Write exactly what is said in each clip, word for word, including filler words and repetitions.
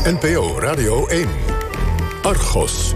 N P O Radio één. Argos.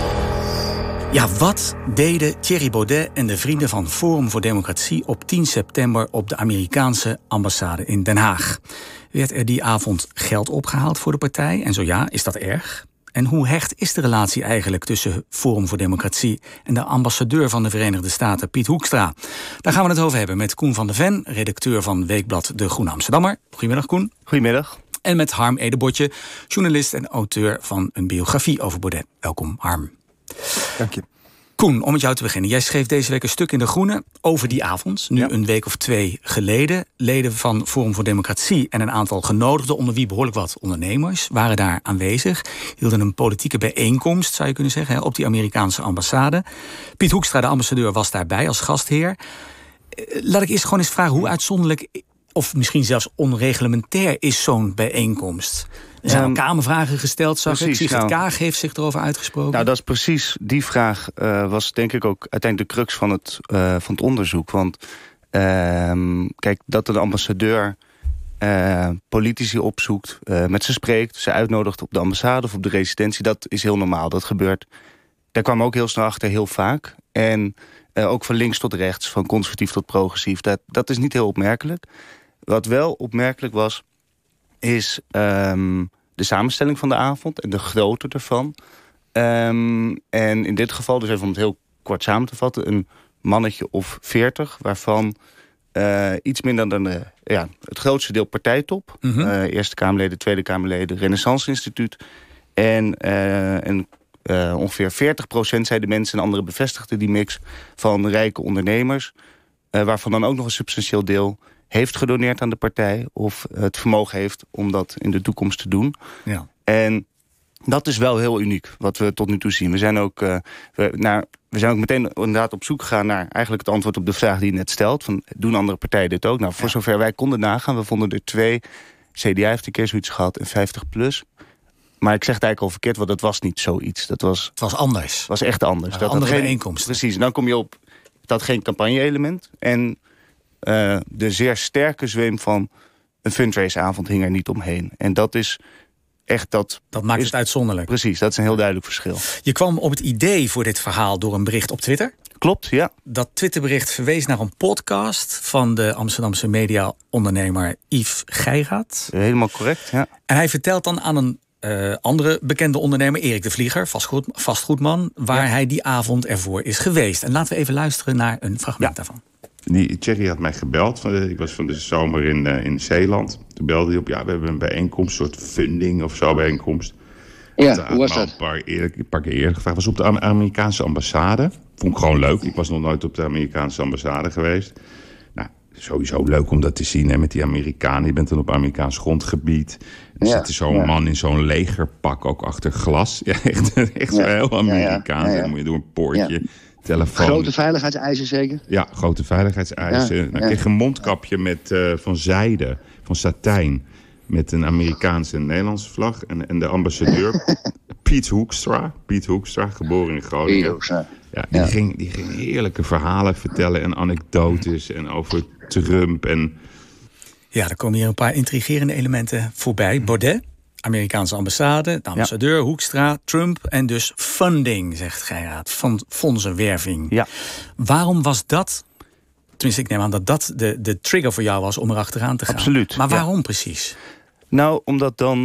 Ja, wat deden Thierry Baudet en de vrienden van Forum voor Democratie op tien september op de Amerikaanse ambassade in Den Haag? Werd er die avond geld opgehaald voor de partij? En zo ja, is dat erg? En hoe hecht is de relatie eigenlijk tussen Forum voor Democratie en de ambassadeur van de Verenigde Staten, Piet Hoekstra? Daar gaan we het over hebben met Koen van de Ven, redacteur van weekblad De Groene Amsterdammer. Goedemiddag, Koen. Goedemiddag. En met Harm Edebotje, journalist en auteur van een biografie over Baudet. Welkom, Harm. Dank je. Koen, om met jou te beginnen. Jij schreef deze week een stuk in De Groene over die avond. Nu ja. een week of twee geleden. Leden van Forum voor Democratie en een aantal genodigden, onder wie behoorlijk wat ondernemers, waren daar aanwezig. Hielden een politieke bijeenkomst, zou je kunnen zeggen, op die Amerikaanse ambassade. Piet Hoekstra, de ambassadeur, was daarbij als gastheer. Laat ik eerst gewoon eens vragen, hoe uitzonderlijk, of misschien zelfs onreglementair, is zo'n bijeenkomst? Er zijn um, al Kamervragen gesteld, zag precies, ik. Sigrid nou, Kaag heeft zich erover uitgesproken. Nou, dat is precies, die vraag uh, was denk ik ook uiteindelijk de crux van het, uh, van het onderzoek. Want uh, kijk, dat de ambassadeur uh, politici opzoekt, uh, met ze spreekt, ze uitnodigt op de ambassade of op de residentie, dat is heel normaal, dat gebeurt. Daar kwam ook heel snel achter, heel vaak. En uh, ook van links tot rechts, van conservatief tot progressief. Dat, dat is niet heel opmerkelijk. Wat wel opmerkelijk was, is um, de samenstelling van de avond en de grootte ervan. Um, en in dit geval, dus even om het heel kort samen te vatten, een mannetje of veertig, waarvan uh, iets minder dan de, ja, het grootste deel partijtop. Mm-hmm. Uh, Eerste Kamerleden, Tweede Kamerleden, Renaissance Instituut. En, uh, en uh, ongeveer veertig procent zeiden mensen, en anderen bevestigden die mix, van rijke ondernemers. Uh, waarvan dan ook nog een substantieel deel heeft gedoneerd aan de partij of het vermogen heeft om dat in de toekomst te doen. Ja. En dat is wel heel uniek, wat we tot nu toe zien. We zijn ook, uh, we, nou, we zijn ook meteen inderdaad op zoek gegaan naar eigenlijk het antwoord op de vraag die je net stelt. Van, doen andere partijen dit ook? Nou, voor ja. zover wij konden nagaan, we vonden er twee. C D A heeft een keer zoiets gehad en vijftig plus. Maar ik zeg het eigenlijk al verkeerd, want dat was niet zoiets. Dat was, het was anders. Het was echt anders. Een dat andere geen, bijeenkomst. Precies, en dan kom je op, dat geen campagne-element. En Uh, de zeer sterke zweem van een fundraiseavond hing er niet omheen. En dat is echt dat... Dat maakt is, het uitzonderlijk. Precies, dat is een heel duidelijk verschil. Je kwam op het idee voor dit verhaal door een bericht op Twitter. Klopt, ja. Dat Twitterbericht verwees naar een podcast van de Amsterdamse media-ondernemer Yves Geiraat. Helemaal correct, ja. En hij vertelt dan aan een uh, andere bekende ondernemer, Erik de Vlieger, vastgoed, vastgoedman, waar ja. hij die avond ervoor is geweest. En laten we even luisteren naar een fragment ja. daarvan. Die Thierry had mij gebeld. Ik was van de zomer in, uh, in Zeeland. Toen belde hij op, ja, we hebben een bijeenkomst, een soort funding of zo bijeenkomst. Ja, dat, hoe was dat? Een paar, eerder, een paar keer eerder gevraagd. Was op de Amerikaanse ambassade. Vond ik gewoon leuk. Ik was nog nooit op de Amerikaanse ambassade geweest. Nou, sowieso leuk om dat te zien, hè, met die Amerikanen. Je bent dan op Amerikaans grondgebied. Er ja, zit er zo'n ja. man in zo'n legerpak ook achter glas. Ja, echt echt ja. heel Amerikaans. Ja, ja. Ja, ja. Dan moet je door een poortje... Ja. Telefoon. Grote veiligheidseisen zeker? Ja, grote veiligheidseisen. Ja, dan kreeg je een mondkapje met, uh, van zijde, van satijn. Met een Amerikaanse en Nederlandse vlag. En, en de ambassadeur, Piet Hoekstra. Piet Hoekstra, geboren in Groningen. Hoekstra. Ja, die, ja. Ging, die ging heerlijke verhalen vertellen en anekdotes. En over Trump. En... Ja, er komen hier een paar intrigerende elementen voorbij. Baudet, Amerikaanse ambassade, de ambassadeur, ja. Hoekstra, Trump en dus funding, zegt Geiraat, van fondsenwerving. Ja. Waarom was dat, tenminste ik neem aan dat dat de, de trigger voor jou was om erachteraan te gaan. Absoluut. Maar waarom ja. precies? Nou, omdat dan,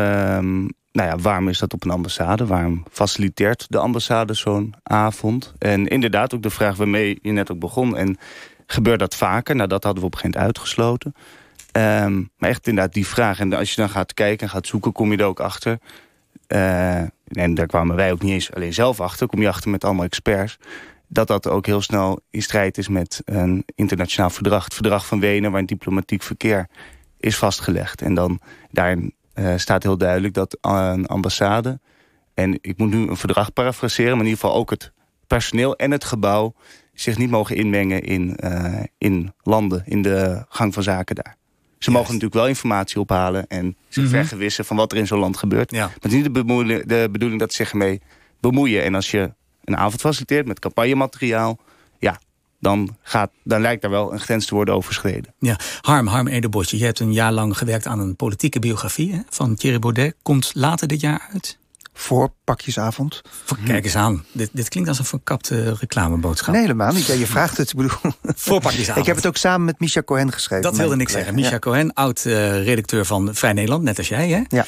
um, nou ja, waarom is dat op een ambassade? Waarom faciliteert de ambassade zo'n avond? En inderdaad ook de vraag waarmee je net ook begon. En gebeurt dat vaker? Nou, dat hadden we op een gegeven moment uitgesloten. Um, maar echt inderdaad die vraag. En als je dan gaat kijken en gaat zoeken, kom je er ook achter. Uh, en daar kwamen wij ook niet eens alleen zelf achter. Kom je achter met allemaal experts. Dat dat ook heel snel in strijd is met een internationaal verdrag. Het verdrag van Wenen, waarin diplomatiek verkeer is vastgelegd. En dan daarin uh, staat heel duidelijk dat een ambassade... en ik moet nu een verdrag parafraseren, maar in ieder geval ook het personeel en het gebouw zich niet mogen inmengen in, uh, in landen, in de gang van zaken daar. Ze mogen natuurlijk wel informatie ophalen en zich mm-hmm. vergewissen van wat er in zo'n land gebeurt. Ja. Maar het is niet de, bemoeling, de bedoeling dat ze zich ermee bemoeien. En als je een avond faciliteert met campagnemateriaal, ja, dan, gaat, dan lijkt daar wel een grens te worden overschreden. Ja, Harm, Harm Edebotje, je hebt een jaar lang gewerkt aan een politieke biografie, hè, van Thierry Baudet. Komt later dit jaar uit? Voor pakjesavond. Kijk eens aan. Dit, dit klinkt als een verkapte reclameboodschap. Nee, helemaal niet. Ja, je vraagt het. Ik bedoel. Voor pakjesavond. Ik heb het ook samen met Misha Cohen geschreven. Dat wilde ik zeggen. Misha ja. Cohen, oud-redacteur uh, van Vrij Nederland, net als jij, hè? Ja.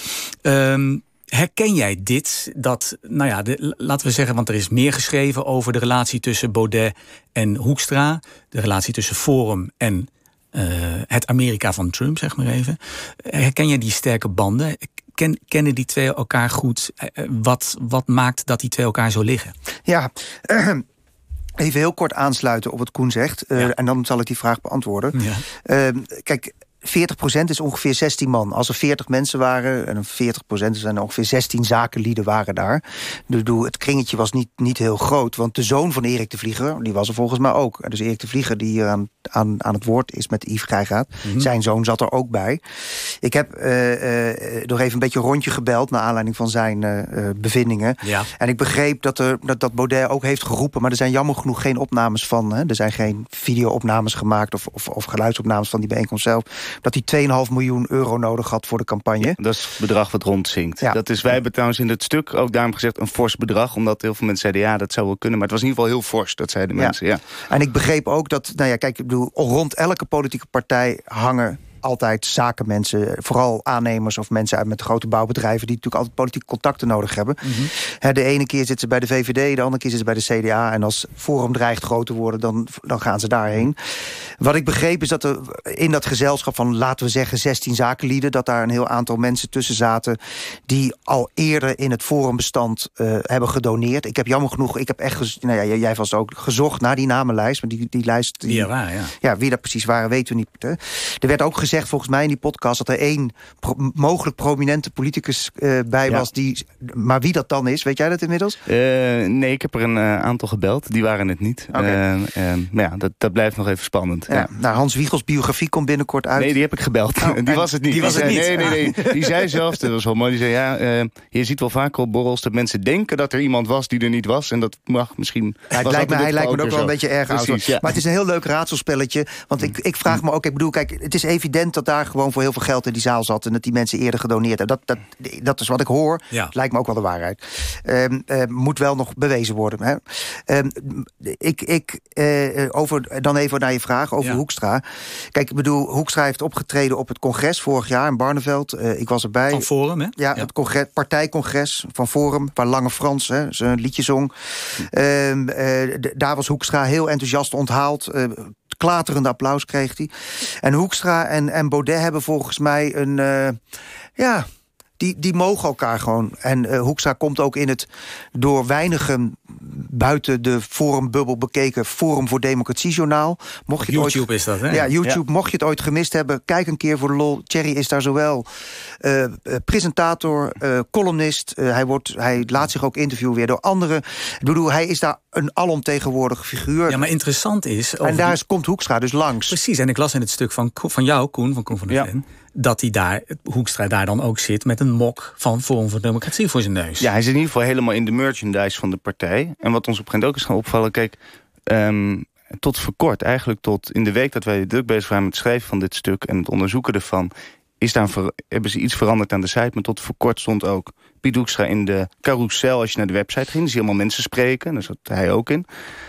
Um, herken jij dit? Dat, nou ja, de, laten we zeggen, want er is meer geschreven over de relatie tussen Baudet en Hoekstra. De relatie tussen Forum en uh, het Amerika van Trump, zeg maar even. Herken jij die sterke banden? Ken, kennen die twee elkaar goed? Wat, wat maakt dat die twee elkaar zo liggen? Ja, uh, even heel kort aansluiten op wat Koen zegt. Uh, ja. En dan zal ik die vraag beantwoorden. Ja. Uh, kijk, veertig procent is ongeveer zestien man. Als er veertig mensen waren, en veertig procent zijn er ongeveer zestien zakenlieden waren daar. Het kringetje was niet, niet heel groot, want de zoon van Erik de Vlieger, die was er volgens mij ook. Dus Erik de Vlieger, die hier aan, aan, aan het woord is met Yves Krijgaat, mm-hmm. zijn zoon zat er ook bij. Ik heb uh, uh, nog even een beetje een rondje gebeld naar aanleiding van zijn uh, bevindingen. Ja. En ik begreep dat, er, dat, dat Baudet ook heeft geroepen, maar er zijn jammer genoeg geen opnames van. Hè? Er zijn geen video-opnames gemaakt of, of, of geluidsopnames van die bijeenkomst zelf. Dat hij twee komma vijf miljoen euro nodig had voor de campagne. Ja, dat is het bedrag wat rondzinkt. Ja. Dat is, wij hebben trouwens in het stuk ook daarom gezegd een fors bedrag, omdat heel veel mensen zeiden ja, dat zou wel kunnen, maar het was in ieder geval heel fors, dat zeiden ja. mensen. Ja. En ik begreep ook dat, nou ja, kijk, ik bedoel, rond elke politieke partij hangen altijd zakenmensen, vooral aannemers of mensen uit met grote bouwbedrijven die natuurlijk altijd politieke contacten nodig hebben. Mm-hmm. He, de ene keer zitten ze bij de V V D, de andere keer zitten ze bij de C D A en als Forum dreigt groot te worden, dan, dan gaan ze daarheen. Wat ik begreep is dat er in dat gezelschap van, laten we zeggen, zestien zakenlieden, dat daar een heel aantal mensen tussen zaten die al eerder in het Forumbestand uh, hebben gedoneerd. Ik heb jammer genoeg, ik heb echt, gez- nou ja, jij vast ook gezocht naar die namenlijst, maar die, die lijst, die, ja, waar, ja. ja, wie dat precies waren, weten we niet. Hè. Er werd ook gezegd volgens mij in die podcast dat er één pro- mogelijk prominente politicus uh, bij ja. was. Die, maar wie dat dan is, weet jij dat inmiddels? Uh, nee, ik heb er een uh, aantal gebeld. Die waren het niet. Okay. Uh, uh, maar ja, dat, dat blijft nog even spannend. Ja. Ja. Nou, Hans Wiegels biografie komt binnenkort uit. Nee, die heb ik gebeld. Oh, die was het niet. Die was het niet. Nee, nee, nee. Die zei zelfs, dat was wel mooi, die zei ja, uh, je ziet wel vaker op borrels dat mensen denken dat er iemand was die er niet was. En dat mag misschien... Hij lijkt me, hij lijkt me ook wel een beetje erg oud. Ja. Maar het is een heel leuk raadselspelletje. Want ik, ik vraag me ook, ik bedoel, kijk, het is evident dat daar gewoon voor heel veel geld in die zaal zat en dat die mensen eerder gedoneerd hebben. Dat, dat, dat is wat ik hoor. Ja. Het lijkt me ook wel de waarheid. Um, uh, moet wel nog bewezen worden. Hè. Um, ik, ik, uh, over, dan even naar je vraag over ja. Hoekstra. Kijk, ik bedoel, Hoekstra heeft opgetreden op het congres vorig jaar in Barneveld. Uh, ik was erbij. Van Forum, hè? Ja, ja. Het congres, partijcongres van Forum, waar Lange Frans hè, zijn liedje zong. Um, uh, d- daar was Hoekstra heel enthousiast onthaald. Uh, klaterende applaus kreeg hij. En Hoekstra en, en Baudet hebben volgens mij een... Uh, ja, die, die mogen elkaar gewoon. En uh, Hoekstra komt ook in het door weinigen buiten de forumbubbel bekeken Forum voor Democratie journaal. Mocht je YouTube het ooit, is dat, hè? Ja, YouTube. Ja. Mocht je het ooit gemist hebben, kijk een keer voor de lol. Thierry is daar zowel uh, presentator, uh, columnist. Uh, hij, wordt, hij laat zich ook interviewen weer door anderen. Ik bedoel, hij is daar een alomtegenwoordig figuur. Ja, maar interessant is... En daar is, komt Hoekstra dus langs. Precies, en ik las in het stuk van, van jou, Koen, van Koen van der ja. Ven, dat hij daar, Hoekstra daar dan ook zit met een mok van Forum voor Democratie voor zijn neus. Ja, hij zit in ieder geval helemaal in de merchandise van de partij. En wat ons op een gegeven moment ook is gaan opvallen, kijk, um, tot voor kort, eigenlijk tot in de week dat wij druk bezig waren met het schrijven van dit stuk en het onderzoeken ervan, is daar ver, hebben ze iets veranderd aan de site, maar tot voor kort stond ook Piet Hoekstra in de carousel als je naar de website ging. Dus helemaal mensen spreken, daar zat hij ook in.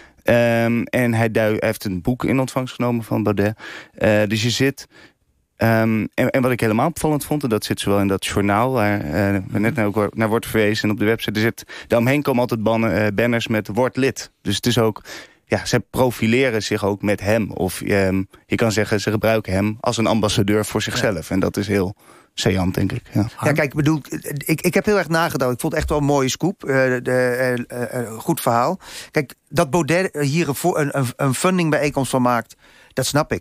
Um, en hij, dui, hij heeft een boek in ontvangst genomen van Baudet. Uh, dus je zit... Um, en, en wat ik helemaal opvallend vond, en dat zit zowel in dat journaal waar, uh, waar net naar, ook naar wordt verwezen en op de website, er zit, daaromheen komen altijd bannen, uh, banners met word lid. Dus het is ook, ja, ze profileren zich ook met hem. Of um, je kan zeggen, ze gebruiken hem als een ambassadeur voor zichzelf. Ja. En dat is heel saillant, denk ik. Ja, ja kijk, ik bedoel, ik, ik heb heel erg nagedacht. Ik vond het echt wel een mooie scoop. Uh, de, uh, uh, goed verhaal. Kijk, dat Baudet hier een, een, een fundingbijeenkomst van maakt, dat snap ik.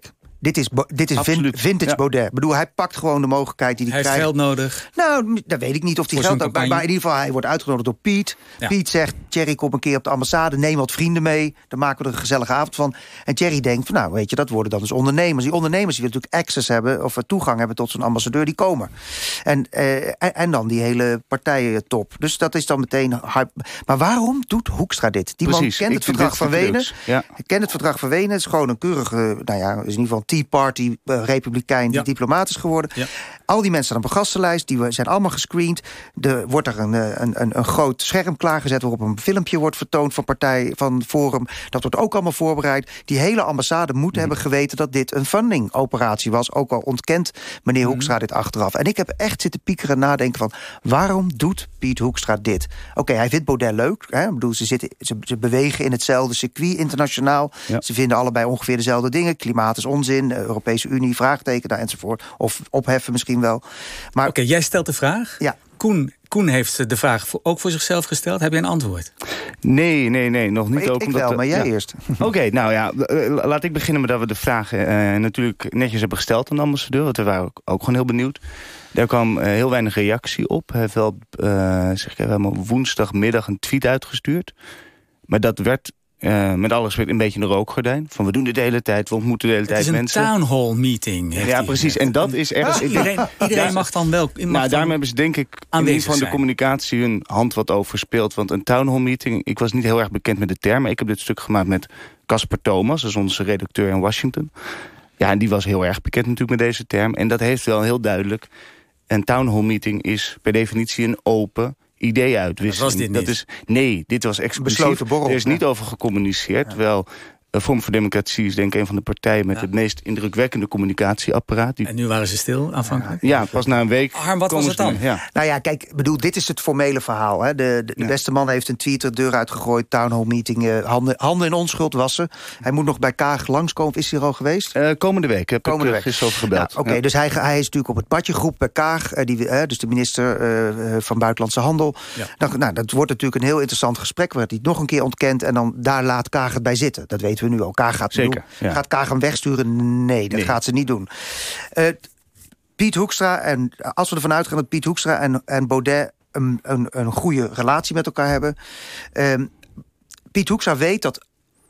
Dit is, dit is vin, vintage ja. Baudet. Ik bedoel, hij pakt gewoon de mogelijkheid die hij, hij krijgt. Hij heeft geld nodig. Nou, dat weet ik niet of hij geld heeft. Maar, maar in ieder geval, hij wordt uitgenodigd door Piet. Ja. Piet zegt, Thierry, kom een keer op de ambassade. Neem wat vrienden mee. Dan maken we er een gezellige avond van. En Thierry denkt, van, nou, weet je, dat worden dan dus ondernemers. Die ondernemers die willen natuurlijk access hebben... of toegang hebben tot zo'n ambassadeur, die komen. En, eh, en, en dan die hele partijentop. Dus dat is dan meteen... Hype. Maar waarom doet Hoekstra dit? Die Precies, man kent het verdrag van Wenen. Ja. Hij kent het verdrag van Wenen. Het is gewoon een keurige... nou ja, is in ieder geval een Tea Party, uh, republikein... die ja. diplomaat is geworden. Ja. Al die mensen staan op een gastenlijst, die zijn allemaal gescreend. Er wordt er een, een, een, een groot scherm klaargezet... waarop een filmpje wordt vertoond van partij, van Forum. Dat wordt ook allemaal voorbereid. Die hele ambassade moet mm. hebben geweten... dat dit een funding-operatie was. Ook al ontkent meneer mm. Hoekstra dit achteraf. En ik heb echt zitten piekeren en nadenken van... waarom doet Piet Hoekstra dit? Oké, okay, hij vindt Baudet leuk. Hè? Ik bedoel, ze, zitten, ze, ze bewegen in hetzelfde circuit internationaal. Ja. Ze vinden allebei ongeveer dezelfde dingen. Klimaat is onzin, Europese Unie, vraagteken, nou, enzovoort. Of opheffen misschien wel. Maar Oké, okay, jij stelt de vraag. Ja. Koen, Koen heeft de vraag voor, ook voor zichzelf gesteld. Heb je een antwoord? Nee, nee, nee, nog niet. Maar ik, ook ik omdat wel, de, maar jij ja. eerst. Oké, okay, nou ja, laat ik beginnen met dat we de vraag uh, natuurlijk netjes hebben gesteld aan de ambassadeur. Want we waren ook, ook gewoon heel benieuwd. Daar kwam uh, heel weinig reactie op. Hij heeft wel, uh, zeg ik helemaal, woensdagmiddag een tweet uitgestuurd. Maar dat werd... Uh, met alles werd een beetje een rookgordijn. Van we doen dit de hele tijd, we ontmoeten de hele tijd mensen. Het is een town hall meeting. Ja, precies. En dat is ergens... Ah, iedereen iedereen ja, mag dan wel... Mag nou, daarom hebben ze denk ik in ieder geval de communicatie hun hand wat over gespeeld. Want een town hall meeting, ik was niet heel erg bekend met de term. Maar ik heb dit stuk gemaakt met Casper Thomas, dat is onze redacteur in Washington. Ja, en die was heel erg bekend natuurlijk met deze term. En dat heeft wel heel duidelijk... Een town hall meeting is per definitie een open... idee-uitwisseling. Dat was dit niet. Dat is, nee, dit was exclusief. Besloten borrel. Er is niet over gecommuniceerd. Ja. Wel, Forum voor Democratie is denk ik een van de partijen... met ja. het meest indrukwekkende communicatieapparaat. Die... En nu waren ze stil aanvankelijk? Ja, pas na een week. Harm, wat was het dan? Ja. Nou ja, kijk, bedoel, dit is het formele verhaal. Hè. De, de, de ja. beste man heeft een tweet de deur uitgegooid. Town hall meeting, uh, handen, handen in onschuld wassen. Hij moet nog bij Kaag langskomen. Is hij er al geweest? Uh, komende week. Heb komende ik week. gisteren over gebeld. Ja, Oké, okay, ja. dus hij, hij is natuurlijk op het badjegroep bij Kaag. Uh, die, uh, dus de minister uh, van Buitenlandse Handel. Ja. Nou, nou, dat wordt natuurlijk een heel interessant gesprek... waar hij het nog een keer ontkent... en dan daar laat Kaag het bij zitten. Dat weten we nu al. Kaag gaat Zeker, ja. Gaat Kaag hem wegsturen? Nee, dat nee. gaat ze niet doen. Uh, Piet Hoekstra, en als we ervan uitgaan dat Piet Hoekstra en, en Baudet een, een, een goede relatie met elkaar hebben. Uh, Piet Hoekstra weet dat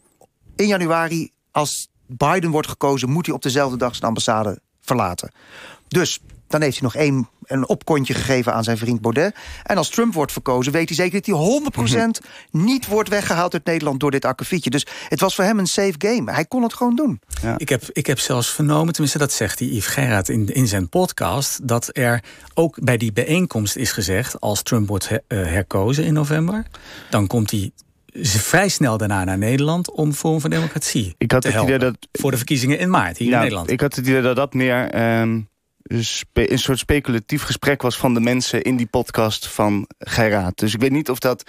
in januari, als Biden wordt gekozen, moet hij op dezelfde dag zijn ambassade verlaten. Dus dan heeft hij nog één, een opkontje gegeven aan zijn vriend Baudet. En als Trump wordt verkozen, weet hij zeker dat hij honderd procent niet wordt weggehaald uit Nederland door dit akkefietje. Dus het was voor hem een safe game. Hij kon het gewoon doen. Ja. Ik, heb, ik heb zelfs vernomen, tenminste dat zegt die Yves Gerard in, in zijn podcast, dat er ook bij die bijeenkomst is gezegd, als Trump wordt her, uh, herkozen in november, dan komt hij vrij snel daarna naar Nederland om Forum voor Democratie ik had te het helpen. idee dat, voor de verkiezingen in maart hier nou, in Nederland. Ik had het idee dat dat meer... Um... een soort speculatief gesprek was van de mensen in die podcast van Gerard. Dus ik weet niet of dat,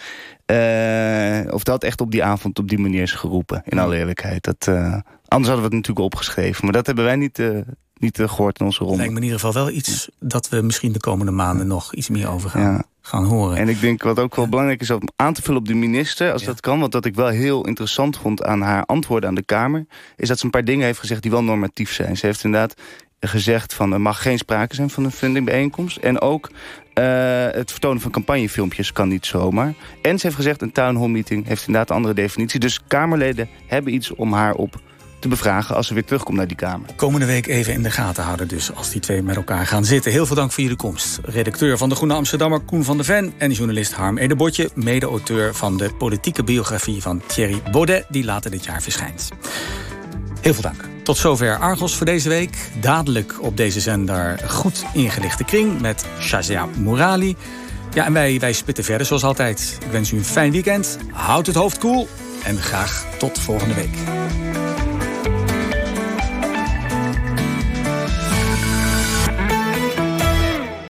uh, of dat echt op die avond op die manier is geroepen, in alle eerlijkheid. Dat, uh, anders hadden we het natuurlijk opgeschreven. Maar dat hebben wij niet, uh, niet uh, gehoord in onze ronde. Lijkt me in ieder geval wel iets dat we misschien de komende maanden nog iets meer over gaan, ja. gaan horen. En ik denk wat ook wel belangrijk is om aan te vullen op de minister, als ja. dat kan. Want wat ik wel heel interessant vond aan haar antwoorden aan de Kamer, is dat ze een paar dingen heeft gezegd die wel normatief zijn. Ze heeft inderdaad gezegd van er mag geen sprake zijn van een fundingbijeenkomst. En ook uh, het vertonen van campagnefilmpjes kan niet zomaar. En ze heeft gezegd een town hall meeting heeft inderdaad een andere definitie. Dus Kamerleden hebben iets om haar op te bevragen als ze weer terugkomt naar die Kamer. Komende week even in de gaten houden dus als die twee met elkaar gaan zitten. Heel veel dank voor jullie komst. Redacteur van de Groene Amsterdammer Koen van der Ven en journalist Harm Edebotje, mede-auteur van de politieke biografie van Thierry Baudet die later dit jaar verschijnt. Heel veel dank. Tot zover Argos voor deze week. Dadelijk op deze zender goed ingelichte kring met Shazia Mourali. Ja, en wij, wij spitten verder zoals altijd. Ik wens u een fijn weekend. Houd het hoofd koel en graag tot volgende week.